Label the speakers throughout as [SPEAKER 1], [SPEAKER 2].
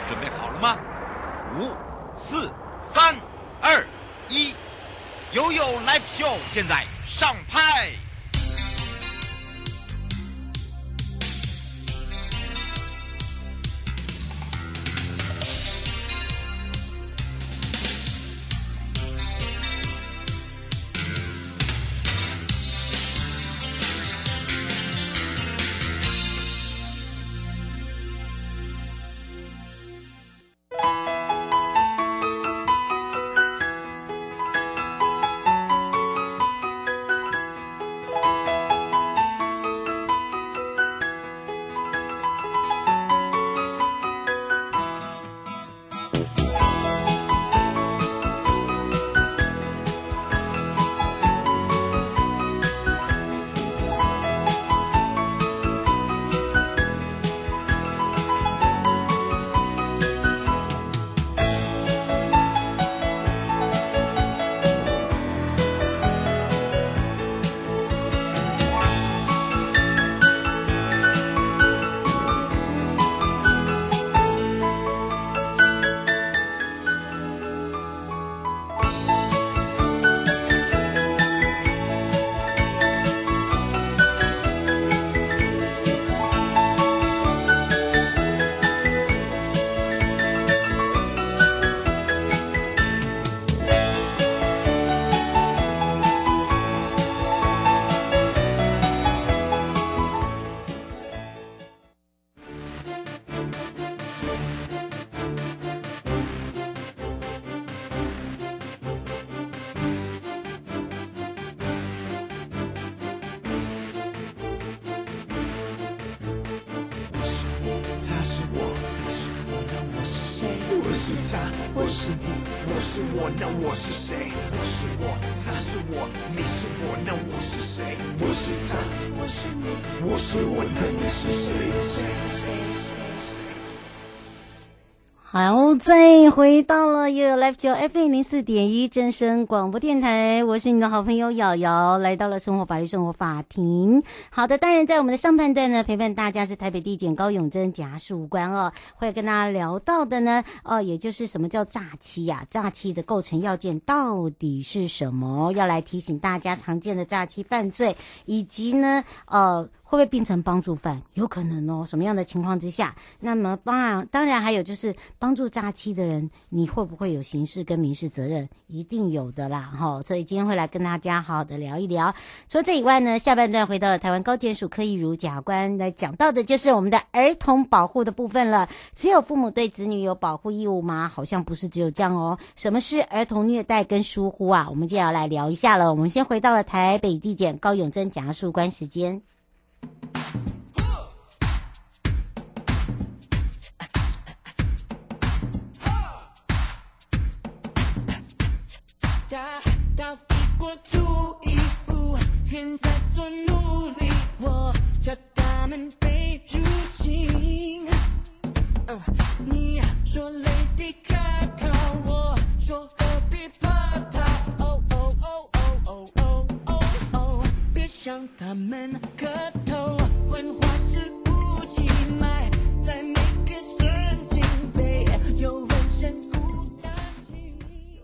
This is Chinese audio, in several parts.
[SPEAKER 1] 准备好了吗？5、4、3、2、1，悠悠 Live Show 现在上拍。
[SPEAKER 2] 我是你，我是我，那我是谁？我是我，他是我，你是我，那我是谁？我是他，我是你，我是我，那你是谁？
[SPEAKER 3] 好，再回到了悠悠 Live 9 FM04.1 正声广播电台，我是你的好朋友瑶瑶，来到了生活法律生活法庭。好的，当然在我们的上半段呢，陪伴大家是台北地检高永贞检察事务官哦，会跟大家聊到的呢，也就是什么叫诈欺啊？诈欺的构成要件到底是什么？要来提醒大家常见的诈欺犯罪，以及呢，会不会变成帮助犯？有可能哦，什么样的情况之下？那么当然还有就是帮助诈欺的人，你会不会有刑事跟民事责任？一定有的啦，所以今天会来跟大家好好的聊一聊。除了这以外呢，下半段回到了台湾高检署柯一如检察官来讲到的就是我们的儿童保护的部分了。只有父母对子女有保护义务吗？好像不是只有这样哦。什么是儿童虐待跟疏忽啊？我们就要来聊一下了。我们先回到了台北地检高永贞检察事务官时间。
[SPEAKER 4] 到底过出一步，愿再做努力，我叫他们被入侵。你说泪滴可靠，我说何必怕他？哦哦哦哦哦哦哦，别向他们磕头，文化是无气脉，在每个神经被有人深呼大气。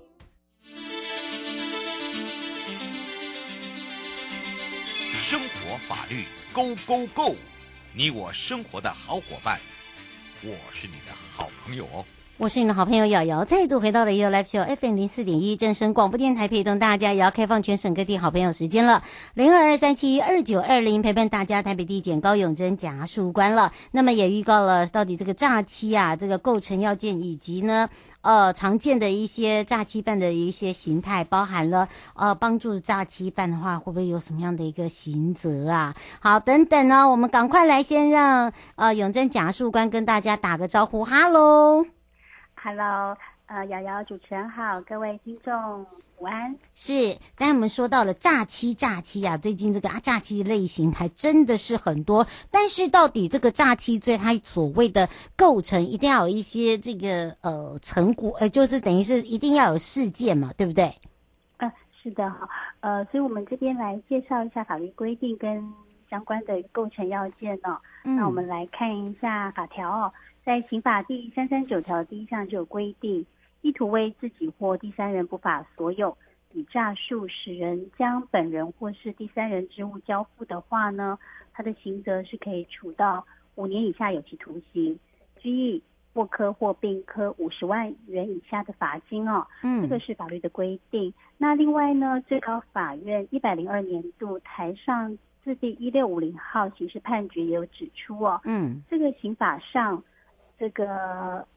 [SPEAKER 1] 生活法律 Go Go Go， 你我生活的好伙伴，我是你的好朋友哦。
[SPEAKER 3] 我是你的好朋友瑶瑶，再度回到了悠悠 Live Show FM04.1 正声广播电台，陪同大家也要开放全省各地好朋友时间了，0223712920陪伴大家台北地检高永贞检察事务官了。那么也预告了到底这个诈欺啊，这个构成要件以及呢常见的一些诈欺犯的一些形态，包含了帮助诈欺犯的话，会不会有什么样的一个刑责啊？好，等等呢，我们赶快来先让永贞检察事务官跟大家打个招呼，哈喽。
[SPEAKER 5] Hello，瑶瑶主持人好，各位听众午安。
[SPEAKER 3] 是，刚才我们说到了诈欺啊，最近这个诈欺类型还真的是很多，但是到底这个诈欺罪它所谓的构成，一定要有一些这个成果，就是等于是一定要有事件嘛，对不对？
[SPEAKER 5] 是的哈，所以我们这边来介绍一下法律规定跟这相关的构成要件哦。那我们来看一下法条哦，在刑法第339条第1项就有规定，意图为自己或第三人不法所有，以诈术使人将本人或是第三人之物交付的话呢，他的刑责是可以处到5年以下有期徒刑、拘役或科或并科50万元以下的罚金哦。这个是法律的规定。那另外呢，最高法院102年度台上字第1650号刑事判决也有指出哦，这个刑法上这个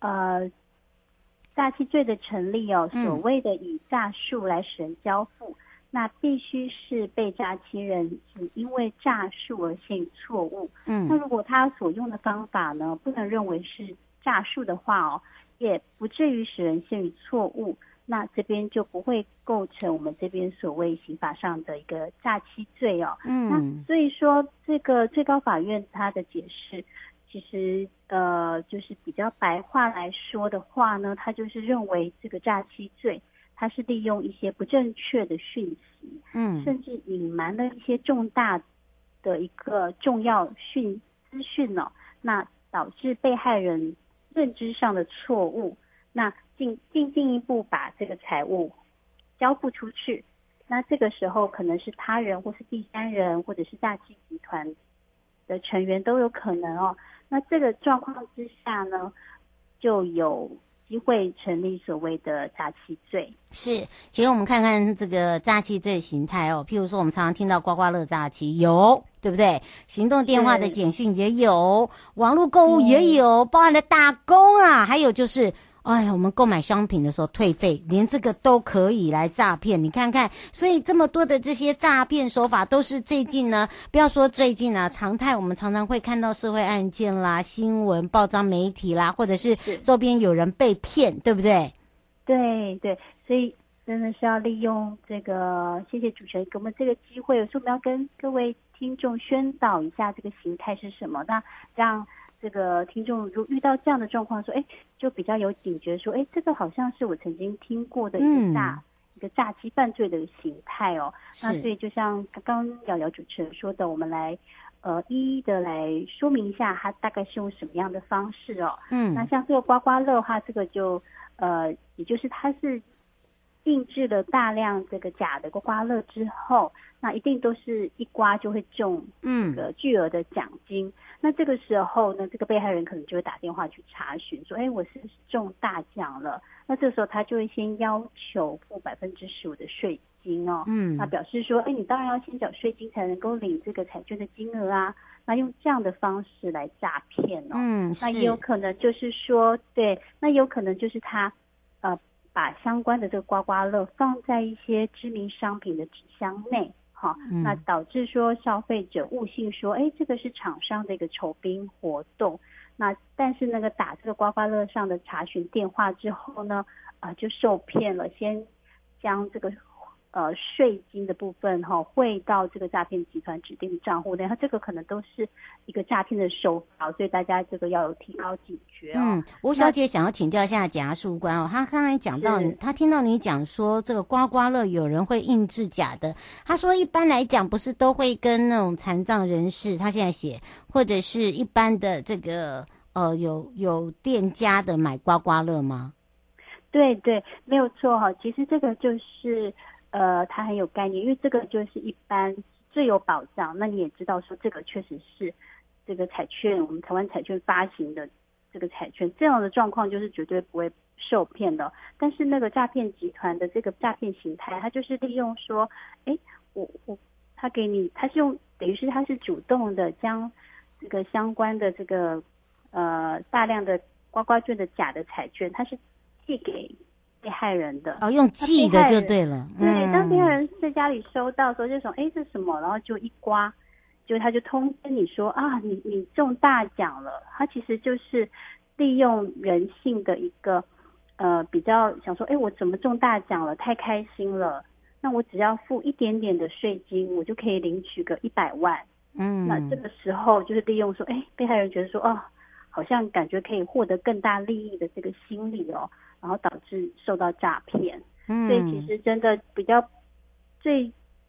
[SPEAKER 5] 诈欺罪的成立哦，所谓的以诈术来使人交付，那必须是被诈欺人只因为诈术而陷于错误。那如果他所用的方法呢，不能认为是诈术的话哦，也不至于使人陷于错误，那这边就不会构成我们这边所谓刑法上的一个诈欺罪哦。那所以说这个最高法院它的解释，其实就是比较白话来说的话呢，他就是认为这个诈欺罪，它是利用一些不正确的讯息，甚至隐瞒了一些重大的一个重要资讯哦，那导致被害人认知上的错误，那进一步把这个财物交付出去，那这个时候可能是他人或是第三人或者是诈欺集团的成员都有可能哦。那这个状况之下呢，就有机会成立所谓的诈欺罪。
[SPEAKER 3] 是，其实我们看看这个诈欺罪形态哦，譬如说我们常常听到刮刮乐诈欺有，对不对？行动电话的简讯也有，网络购物也有，包含了打工啊，还有就是哎呀，我们购买商品的时候退费，连这个都可以来诈骗，你看看，所以这么多的这些诈骗手法都是最近呢，不要说最近啊，常态我们常常会看到社会案件啦、新闻、报章媒体啦，或者是周边有人被骗，对不对？
[SPEAKER 5] 对对，所以真的是要利用这个，谢谢主持人给我们这个机会，有时候我们要跟各位听众宣导一下这个形态是什么，那让这个听众如遇到这样的状况说，就比较有警觉说，这个好像是我曾经听过的一个诈欺犯罪的形态哦。那所以就像刚刚瑶瑶主持人说的，我们来一一的来说明一下它大概是用什么样的方式哦。那像这个刮刮乐的话，这个就也就是它是印制了大量这个假的刮刮乐之后，那一定都是一刮就会中这个巨额的奖金。那这个时候呢，这个被害人可能就会打电话去查询说，我是中大奖了。那这个时候他就会先要求付15%的税金哦。那表示说，你当然要先缴税金才能够领这个彩券的金额啊。那用这样的方式来诈骗哦。那也有可能就是说，对，那也有可能就是他把相关的这个刮刮乐放在一些知名商品的纸箱内，那导致说消费者误信说，这个是厂商的一个酬宾活动。那但是那个打这个刮刮乐上的查询电话之后呢，就受骗了，先将这个税金的部分汇到这个诈骗集团指定的账户内，它这个可能都是一个诈骗的手法，所以大家这个要有提高警觉哦。
[SPEAKER 3] 吴小姐想要请教一下检察事务官哦，她刚才讲到，她听到你讲说这个刮刮乐有人会印制假的，她说一般来讲不是都会跟那种残障人士，她现在写或者是一般的这个有店家的买刮刮乐吗？
[SPEAKER 5] 对对，没有错哈。其实这个就是它很有概念，因为这个就是一般最有保障。那你也知道说，这个确实是这个彩券，我们台湾彩券发行的这个彩券，这样的状况就是绝对不会受骗的。但是那个诈骗集团的这个诈骗形态，它就是利用说，他给你，他是用等于是他是主动的将这个相关的这个大量的刮刮券的假的彩券，他是寄给被害人的
[SPEAKER 3] 用寄的就对了。
[SPEAKER 5] 对，当被害人在家里收到的时候，就说这是什么，然后就一刮，就他就通知你说你中大奖了。他其实就是利用人性的一个比较想说，我怎么中大奖了，太开心了，那我只要付一点点的税金，我就可以领取个100万。那这个时候就是利用说，被害人觉得说，好像感觉可以获得更大利益的这个心理哦，然后导致受到诈骗。所以其实真的比较最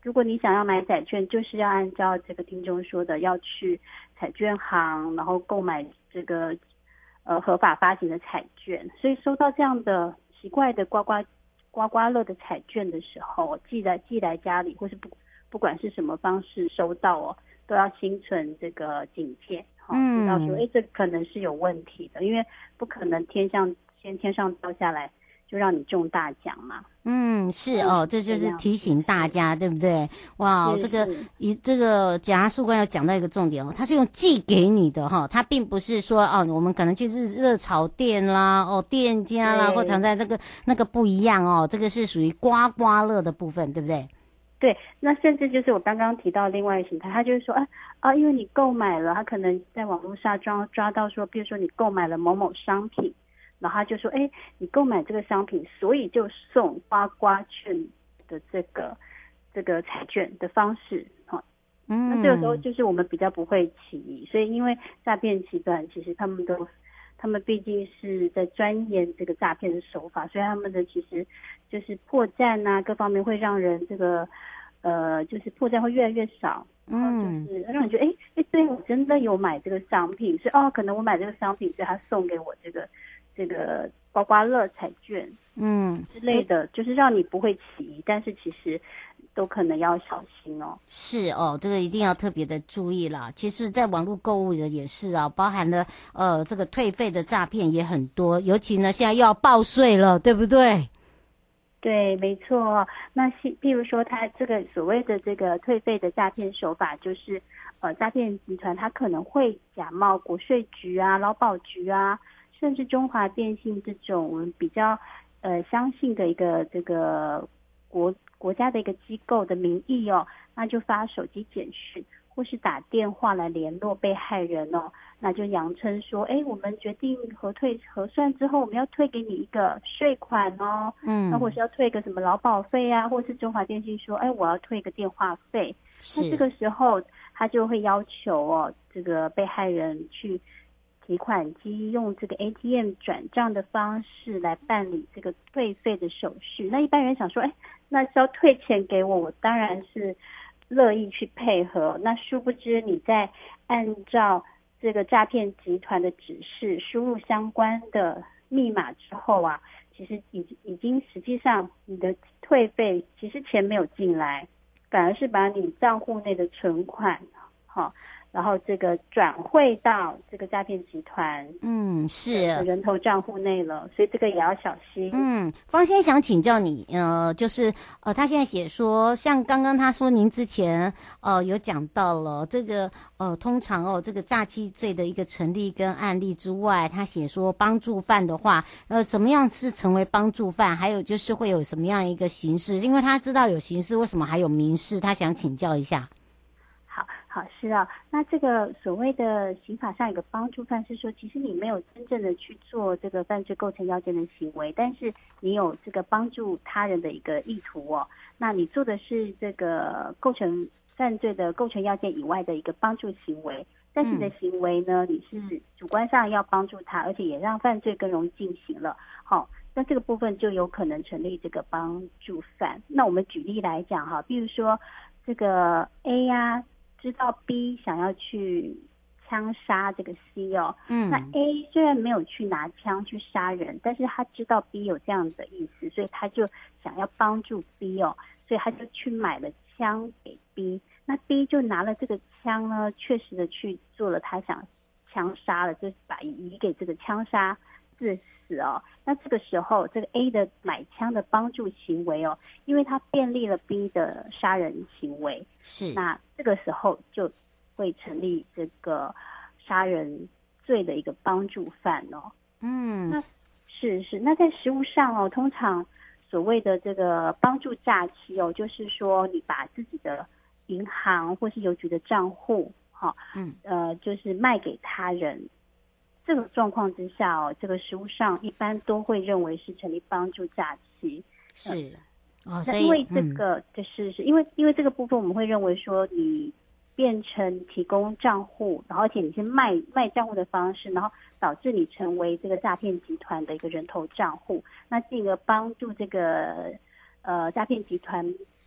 [SPEAKER 5] 如果你想要买彩券，就是要按照这个听众说的，要去彩券行，然后购买这个合法发行的彩券。所以收到这样的奇怪的刮刮乐的彩券的时候，寄来家里，或是不管是什么方式收到哦，都要心存这个警戒，知道说，这可能是有问题的，因为不可能天上掉下来就让你中大奖嘛。
[SPEAKER 3] 是哦，这就是提醒大家，对不对？哇，这个检察事官要讲到一个重点哦，他是用寄给你的哈，他并不是说哦，我们可能去热炒店啦，店家啦，或藏在那个不一样哦，这个是属于刮刮乐的部分，对不对？
[SPEAKER 5] 对，那甚至就是我刚刚提到另外一个形态，他就是说，因为你购买了，他可能在网络上抓到说，比如说你购买了某某商品。然后他就说，你购买这个商品，所以就送刮刮券的这个彩券的方式，那这个时候就是我们比较不会起疑，所以因为诈骗集团其实他们毕竟是在钻研这个诈骗的手法，所以他们的其实就是破绽啊，各方面会让人这个就是破绽会越来越少。然后就是让人觉得，对，我真的有买这个商品，是可能我买这个商品，所以他送给我这个刮刮乐彩券，之类的，就是让你不会起疑，但是其实都可能要小心哦。
[SPEAKER 3] 是哦，这个一定要特别的注意啦。其实，在网络购物的也是啊，包含了这个退费的诈骗也很多，尤其呢现在又要报税了，对不对？
[SPEAKER 5] 对，没错。那譬如说，他这个所谓的这个退费的诈骗手法，就是诈骗集团他可能会假冒国税局啊、劳保局啊，甚至中华电信这种我们比较相信的一个这个国家的一个机构的名义哦，那就发手机简讯或是打电话来联络被害人哦，那就扬称说，我们决定核算之后，我们要退给你一个税款哦，那或是要退个什么劳保费啊，或是中华电信说，我要退个电话费，那这个时候他就会要求这个被害人去提款机用这个 ATM 转账的方式来办理这个退费的手续。那一般人想说，那是要退钱给我当然是乐意去配合。那殊不知你在按照这个诈骗集团的指示输入相关的密码之后啊，其实已经实际上你的退费其实钱没有进来，反而是把你账户内的存款然后这个转汇到这个诈骗集团
[SPEAKER 3] 是
[SPEAKER 5] 人头账户内了，所以这个也要小心。
[SPEAKER 3] 方先想请教你，就是他现在写说，像刚刚他说您之前有讲到了这个通常这个诈欺罪的一个成立跟案例之外，他写说帮助犯的话，怎么样是成为帮助犯，还有就是会有什么样一个刑事，因为他知道有刑事，为什么还有民事，他想请教一下。
[SPEAKER 5] 好，是啊，那这个所谓的刑法上有个帮助犯是说，其实你没有真正的去做这个犯罪构成要件的行为，但是你有这个帮助他人的一个意图哦。那你做的是这个构成犯罪的构成要件以外的一个帮助行为，但是你的行为呢，你是主观上要帮助他，而且也让犯罪更容易进行了。那这个部分就有可能成立这个帮助犯。那我们举例来讲比如说这个 A 啊。知道 B 想要去枪杀这个 C 哦，那 A 虽然没有去拿枪去杀人，但是他知道 B 有这样的意思，所以他就想要帮助 B 哦，所以他就去买了枪给 B。那 B 就拿了这个枪呢，确实的去做了他想枪杀了，就是把移给这个枪杀致死哦。那这个时候，这个 A 的买枪的帮助行为哦，因为他便利了 B 的杀人行为，
[SPEAKER 3] 是
[SPEAKER 5] 那这个时候就会成立这个杀人罪的一个帮助犯哦。那是那在实务上哦，通常所谓的这个帮助诈欺哦，就是说你把自己的银行或是邮局的账户就是卖给他人。这个状况之下哦，这个实务上一般都会认为是成立帮助诈欺。
[SPEAKER 3] 是
[SPEAKER 5] 那因为这个就是因为这个部分，我们会认为说你变成提供账户，然后而且你是卖账户的方式，然后导致你成为这个诈骗集团的一个人头账户，那进而帮助这个诈骗集团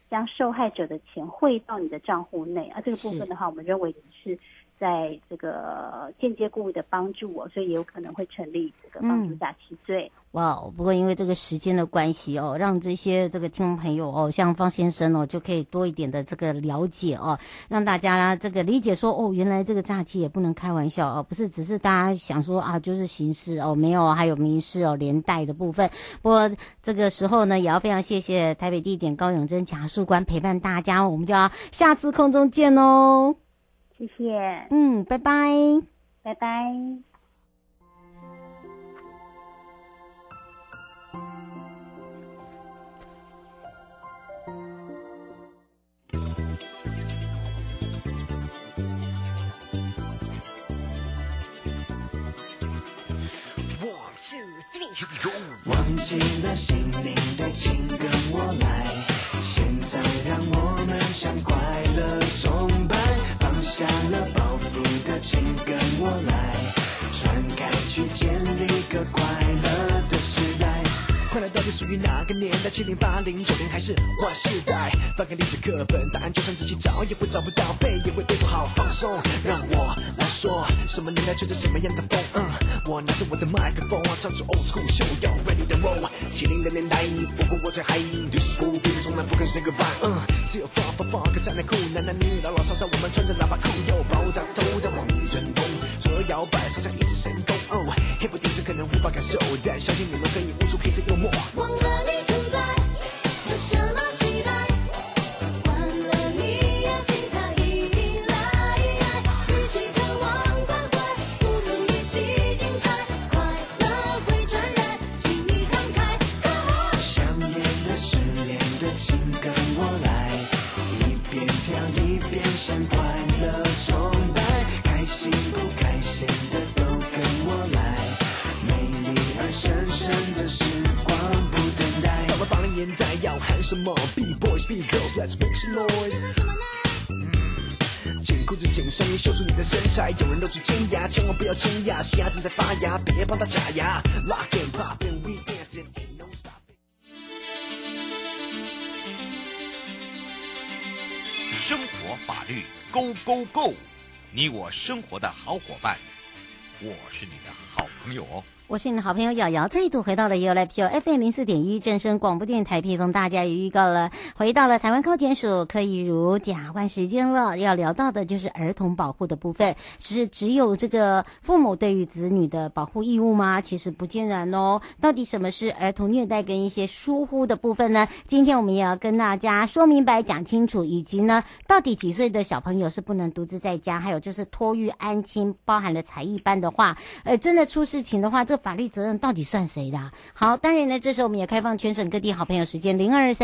[SPEAKER 5] 将受害者的钱汇到你的账户内啊。这个部分的话，我们认为你是在这个间接故意的帮助所以也有可能会成立这个帮助诈欺罪。
[SPEAKER 3] 哇，不过因为这个时间的关系让这些这个听众朋友像方先生就可以多一点的这个了解让大家这个理解说原来这个诈欺也不能开玩笑不是只是大家想说就是刑事没有，还有民事连带的部分。不过这个时候呢，也要非常谢谢台北地检高永贞检察官陪伴大家，我们就要下次空中见哦。
[SPEAKER 5] 谢谢，
[SPEAKER 3] 拜拜，
[SPEAKER 5] 拜拜。
[SPEAKER 2] 忘记了心灵的情跟我来，现在让我们向快乐崇拜，放下了包袱的情跟我来，传开去建立个快乐的时代。快乐到底属于哪个年代？70、80、90还是Y世代？翻开历史课本，答案就算自己找也会找不到，背也会背不好。放松，让我来说，什么年代吹着什么样的风？我拿着我的麦克风，唱着 old school show， 要 ready to roll。70的年代，不过我最嗨，disco beat从来不肯 say goodbye。只有 funk 才能酷，男女老少我们穿着喇叭裤，又爆炸头在往里旋风，左右摇摆，上下一直神功。黑不电视可能无法感受，但相信你们可以悟出黑色幽默。
[SPEAKER 6] 忘了你存在，有什么期待？忘了你邀请他一定来，与其渴望关怀，不如一起精彩。快乐会传染，请你慷慨。
[SPEAKER 2] 想念的、失恋的，请跟我来，一边跳一边向快乐崇拜，开心不开心的都跟我来，美丽而神圣的时光不等待。到了80年代要喊什么 ？Be boys, be girls, let's make some noise。紧裤子紧上衣，秀出你的身材。有人露出尖牙，千万不要惊讶，嘻哈正在发芽，别帮他假牙。Lock and pop and we dancing, ain't no stopping。
[SPEAKER 1] 生活法律 Go Go Go， 你我生活的好伙伴，我是你的好朋友
[SPEAKER 3] 我是你的好朋友瑶瑶，再度回到了 YouLife Show FM04.1正声广播电台，陪同大家也预告了，回到了台湾高检署柯以如检察官时间了。要聊到的就是儿童保护的部分，只有这个父母对于子女的保护义务吗？其实不尽然哦。到底什么是儿童虐待跟一些疏忽的部分呢？今天我们也要跟大家说明白、讲清楚，以及呢，到底几岁的小朋友是不能独自在家，还有就是托育安亲，包含了才艺班的话，真的出事情的话，这法律责任到底算谁的好，当然呢，这时候我们也开放全省各地好朋友时间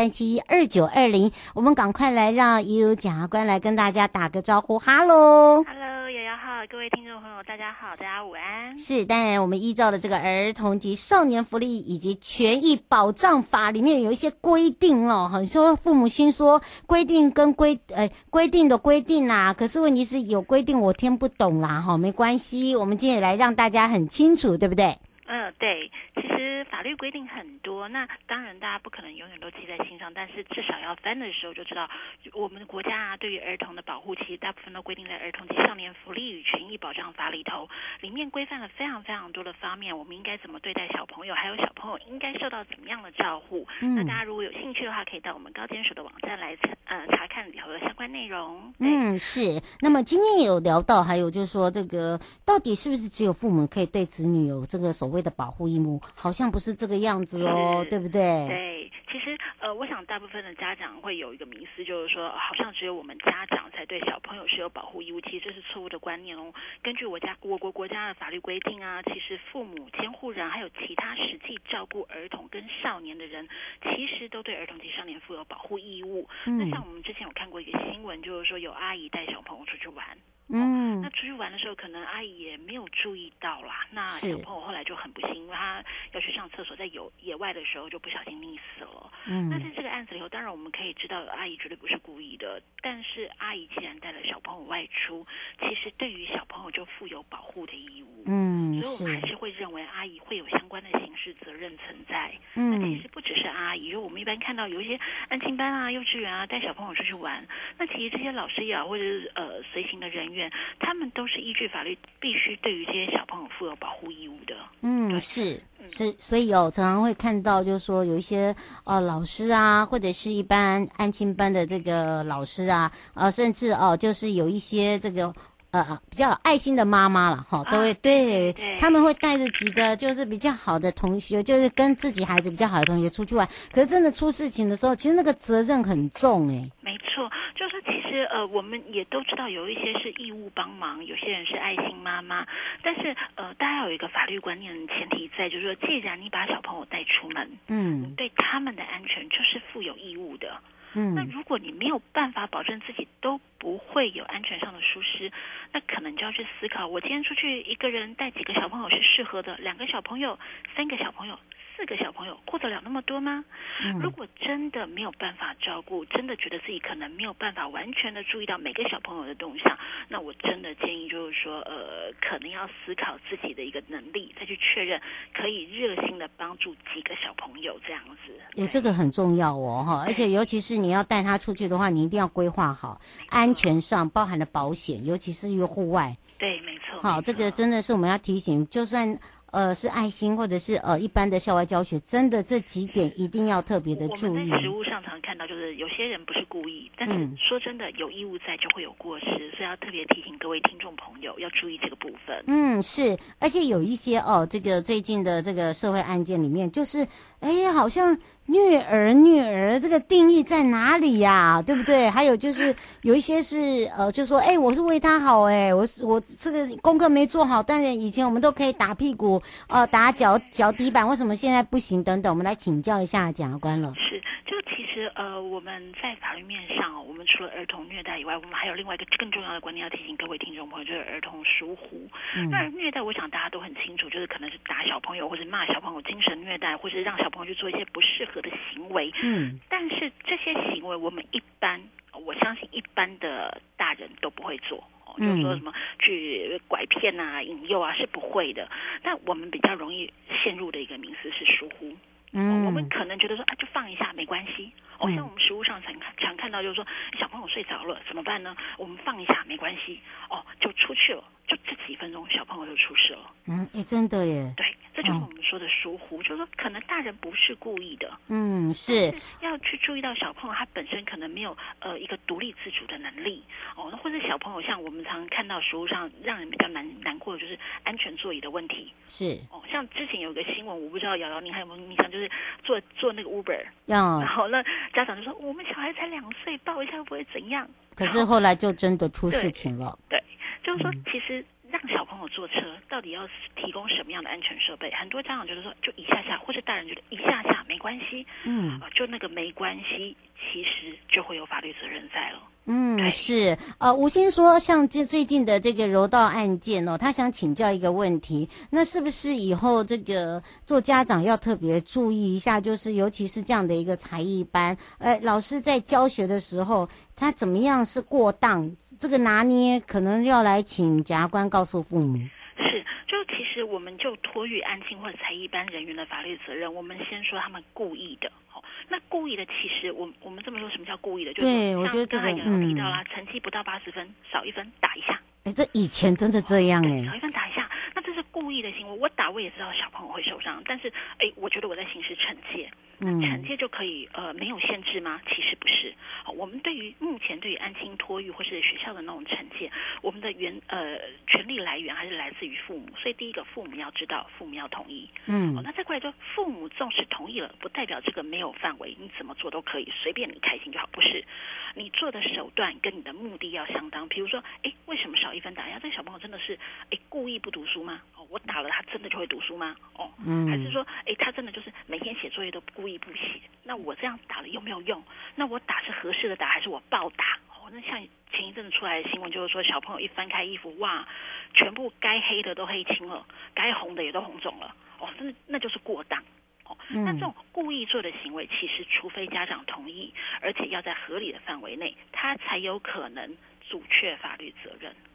[SPEAKER 3] 02372920，我们赶快来让怡如检察官来跟大家打个招呼。Hello，
[SPEAKER 7] 瑶瑶好，各位听众朋友大家好，大家午安。
[SPEAKER 3] 是，当然我们依照了这个儿童及少年福利以及权益保障法里面有一些规定很说父母亲说规定跟规定的规定可是问题是有规定我听不懂啦没关系，我们今天也来让大家很清楚，对不对？
[SPEAKER 7] 对，其实法律规定很多，那当然大家不可能永远都记在心上，但是至少要翻的时候就知道，我们国家对于儿童的保护，其实大部分都规定在《儿童及少年福利与权益保障法》里头，里面规范了非常非常多的方面，我们应该怎么对待小朋友，还有小朋友应该受到怎么样的照护。那大家如果有兴趣的话，可以到我们高检署的网站来查看里头的相关内容。
[SPEAKER 3] 是。那么今天也有聊到，还有就是说这个到底是不是只有父母可以对子女有这个所谓的保护义务？好像不是这个样子对不对？
[SPEAKER 7] 对，其实我想大部分的家长会有一个迷思，就是说好像只有我们家长才对小朋友是有保护义务，其实这是错误的观念哦。根据我国国家的法律规定其实父母、监护人还有其他实际照顾儿童跟少年的人，其实都对儿童及少年负有保护义务。那像我们之前有看过一个新闻，就是说有阿姨带小朋友出去玩。那出去玩的时候，可能阿姨也没有注意到啦。那小朋友后来就很不幸，因为他要去上厕所，在野外的时候就不小心溺死了。那在这个案子里头，当然我们可以知道阿姨绝对不是故意的，但是阿姨既然带了小朋友外出，其实对于小朋友就负有保护的义务。所以我们还是会认为阿姨会有相关的刑事责任存在。那其实不只是阿姨，因为我们一般看到有一些安亲班啊、幼稚园啊带小朋友出去玩，那其实这些老师也好，或者是随行的人员，他们都是依据法律必须对于这些小朋友负有保护义务的。
[SPEAKER 3] 是，所以常常会看到，就是说有一些老师啊，或者是一般安亲班的这个老师啊，甚至就是有一些这个比较有爱心的妈妈了哈，都会对他们会带着几个就是比较好的同学，就是跟自己孩子比较好的同学出去玩，可是真的出事情的时候，其实那个责任很重
[SPEAKER 7] 没错，就是说其实我们也都知道有一些是义务帮忙，有些人是爱心妈妈，但是大家有一个法律观念前提在，就是说既然你把小朋友带出门，你对他们的安全就是负有义务的。那如果你没有办法保证自己都不会有安全上的疏失，那可能就要去思考，我今天出去一个人带几个小朋友是适合的，2个小朋友、3个小朋友、4个小朋友，顾得了那么多吗？如果真的没有办法照顾，真的觉得自己可能没有办法完全的注意到每个小朋友的动向，那我真的建议就是说，可能要思考自己的一个能力，再去确认可以热心的帮助几个小朋友这样子。
[SPEAKER 3] 这个很重要哈，而且尤其是你要带他出去的话，你一定要规划好安全上包含了保险，尤其是一个户外。
[SPEAKER 7] 对，没错。
[SPEAKER 3] 好，这个真的是我们要提醒，就算是爱心或者是一般的校外教学，真的这几点一定要特别的注意。
[SPEAKER 7] 我们在实务上常看到，就是有些人不是故意，但是说真的，有义务在就会有过失，所以要特别提醒各位听众朋友要注意这个部分。
[SPEAKER 3] 是，而且有一些这个最近的这个社会案件里面，就是好像虐儿这个定义在哪里呀？对不对？还有就是有一些是就说我是为他好我这个功课没做好，当然以前我们都可以打屁股打脚底板，为什么现在不行？等等，我们来请教一下检察官了。
[SPEAKER 7] 是，就其实我们在法律面上我们除了儿童虐待以外，我们还有另外一个更重要的观念要提醒各位听众朋友，就是儿童疏忽。那虐待，我想大家都很清楚，就是可能是打小朋友，或者骂小朋友，精神虐待，或是让小朋友去做一些不适合的行为。但是这些行为我们我相信一般的大人都不会做。就是说什么去拐骗啊、引诱啊是不会的，但我们比较容易陷入的一个迷思是疏忽。我们可能觉得说就放一下没关系。像我们实务上常看到就是说小朋友睡着了怎么办呢？我们放一下没关系，就出去了，就这几分钟小朋友就出事了。
[SPEAKER 3] 真的耶。
[SPEAKER 7] 对，这就是我们说的疏忽，就是说可能大人不是故意的。
[SPEAKER 3] 是
[SPEAKER 7] 要去注意到小朋友他本身可能没有一个独立自主的能力或者小朋友像我们常看到实务上让人比较难过的就是安全座椅的问题。
[SPEAKER 3] 是
[SPEAKER 7] 像之前有个新闻，我不知道瑶瑶您还有没有印象，就是坐那个 Uber，然后那家长就说我们小孩才2岁，抱一下会不会怎样？
[SPEAKER 3] 可是后来就真的出事情了。
[SPEAKER 7] 对，就是说其实让小朋友坐车到底要提供什么样的安全设备？很多家长觉得说就一下下，或是大人觉得一下下没关系，就那个没关系，其实就会有法律责任在了。
[SPEAKER 3] 是吴先说，像最近的这个柔道案件他想请教一个问题，那是不是以后这个做家长要特别注意一下，就是尤其是这样的一个才艺班，老师在教学的时候，他怎么样是过当，这个拿捏可能要来请检察官告诉父母。
[SPEAKER 7] 是，就其实我们就托育安亲或者才艺班人员的法律责任，我们先说他们故意的。那故意的，其实我们这么说，什么叫故意的？就是
[SPEAKER 3] 对，我觉得这个
[SPEAKER 7] 刚才有提到啦，成绩不到80分，少1分打一下。
[SPEAKER 3] 这以前真的这样
[SPEAKER 7] 少1分打一下，那这是故意的行为。我打我也知道小朋友会受伤，但是我觉得我在行使惩戒。惩戒就可以没有限制吗？其实不是。我们目前对于安亲托育或是学校的那种惩戒，我们的权利来源还是来自于父母。所以第一个，父母要知道，父母要同意。那再过来就父母纵使同意了，不代表这个没有范围，你怎么做都可以，随便你开心就好。不是，你做的手段跟你的目的要相当。比如说，为什么少1分打一下？这个小朋友真的是故意不读书吗？我打了他真的就会读书吗？还是说他真的就是每天写作业都故意不写？那我这样打了有没有用？那我打是合适的打还是我暴打？那像前一阵子出来的新闻就是说，小朋友一翻开衣服，哇，全部该黑的都黑青了，该红的也都红肿了。真的那就是过当。那这种故意做的行为，其实除非家长同意，而且要在合理的范围内，他才有可能阻却法律责任。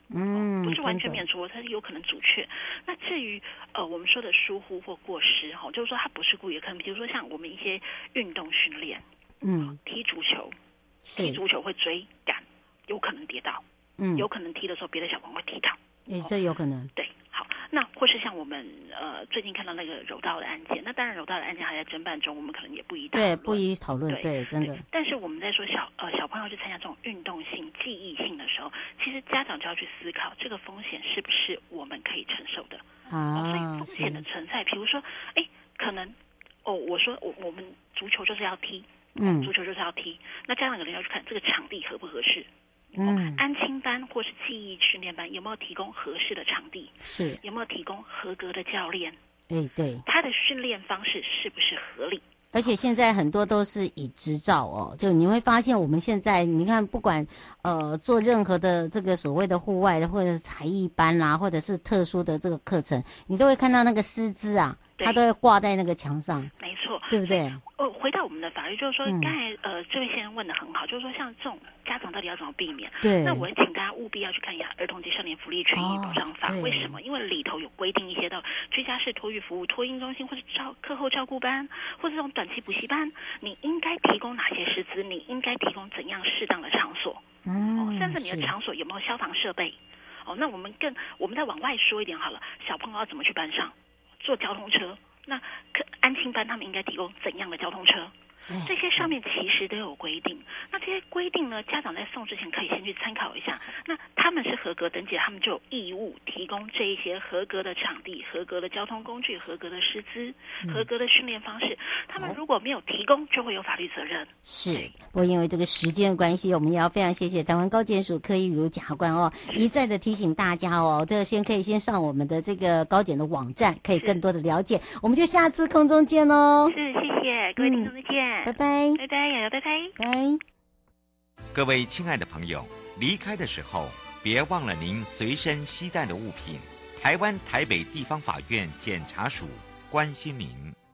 [SPEAKER 7] 不是完全
[SPEAKER 3] 真的
[SPEAKER 7] 免除，它是有可能阻却。那至于我们说的疏忽或过失就是说它不是故意的，可能比如说像我们一些运动训练，踢足球，踢足球会追赶，有可能跌倒，有可能踢的时候别的小朋友会踢到，
[SPEAKER 3] 这有可能。
[SPEAKER 7] 对，好，那或是像我们最近看到那个柔道的案件，那当然柔道的案件还在侦办中，我们可能也不宜讨论，
[SPEAKER 3] 对，不宜讨论，对，真的。
[SPEAKER 7] 但是我们在说小朋友去参加这种运动性、记忆性的时候，其实家长就要去思考这个风险是不是我们可以承受的所以风险的存在，比如说，可能我说我们足球就是要踢，足球就是要踢，那家长可能要去看这个场地合不合适。安亲班或是记忆训练班有没有提供合适的场地？是有没有提供合格的教练？对，他的训练方式是不是合理？
[SPEAKER 3] 而且现在很多都是以执照就你会发现我们现在你看不管做任何的这个所谓的户外的或者是才艺班啦，或者是特殊的这个课程，你都会看到那个师资啊，他都会挂在那个墙上，
[SPEAKER 7] 没错，
[SPEAKER 3] 对不对？
[SPEAKER 7] 回到我们的法律，就是说刚才这位先生问的很好，就是说像这种家长到底要怎么避免？
[SPEAKER 3] 对，
[SPEAKER 7] 那我会请大家务必要去看一下《儿童及少年福利权益保障法》为什么？因为里头有规定一些的居家式托育服务、托婴中心或者课后照顾班，或者这种短期补习班，你应该提供哪些师资？你应该提供怎样适当的场所？甚至你的场所有没有消防设备？那我们再往外说一点好了，小朋友要怎么去班上？坐交通车？那安亲班他们应该提供怎样的交通车？这些上面其实都有规定。那这些规定呢，家长在送之前可以先去参考一下。那他们是合格登记，他们就有义务提供这一些合格的场地、合格的交通工具、合格的师资、合格的训练方式。他们如果没有提供，就会有法律责任。是，
[SPEAKER 3] 不过因为这个时间关系，我们也要非常谢谢台湾高检署柯一如检察官一再的提醒大家这个可以先上我们的这个高检的网站，可以更多的了解。我们就下次空中见喽。
[SPEAKER 7] 是，谢谢各位听众，再见。
[SPEAKER 3] 拜拜，
[SPEAKER 7] 拜拜，瑶瑶，拜拜，
[SPEAKER 3] 拜。
[SPEAKER 1] 各位亲爱的朋友，离开的时候别忘了您随身携带的物品。台湾台北地方法院检察署关心您。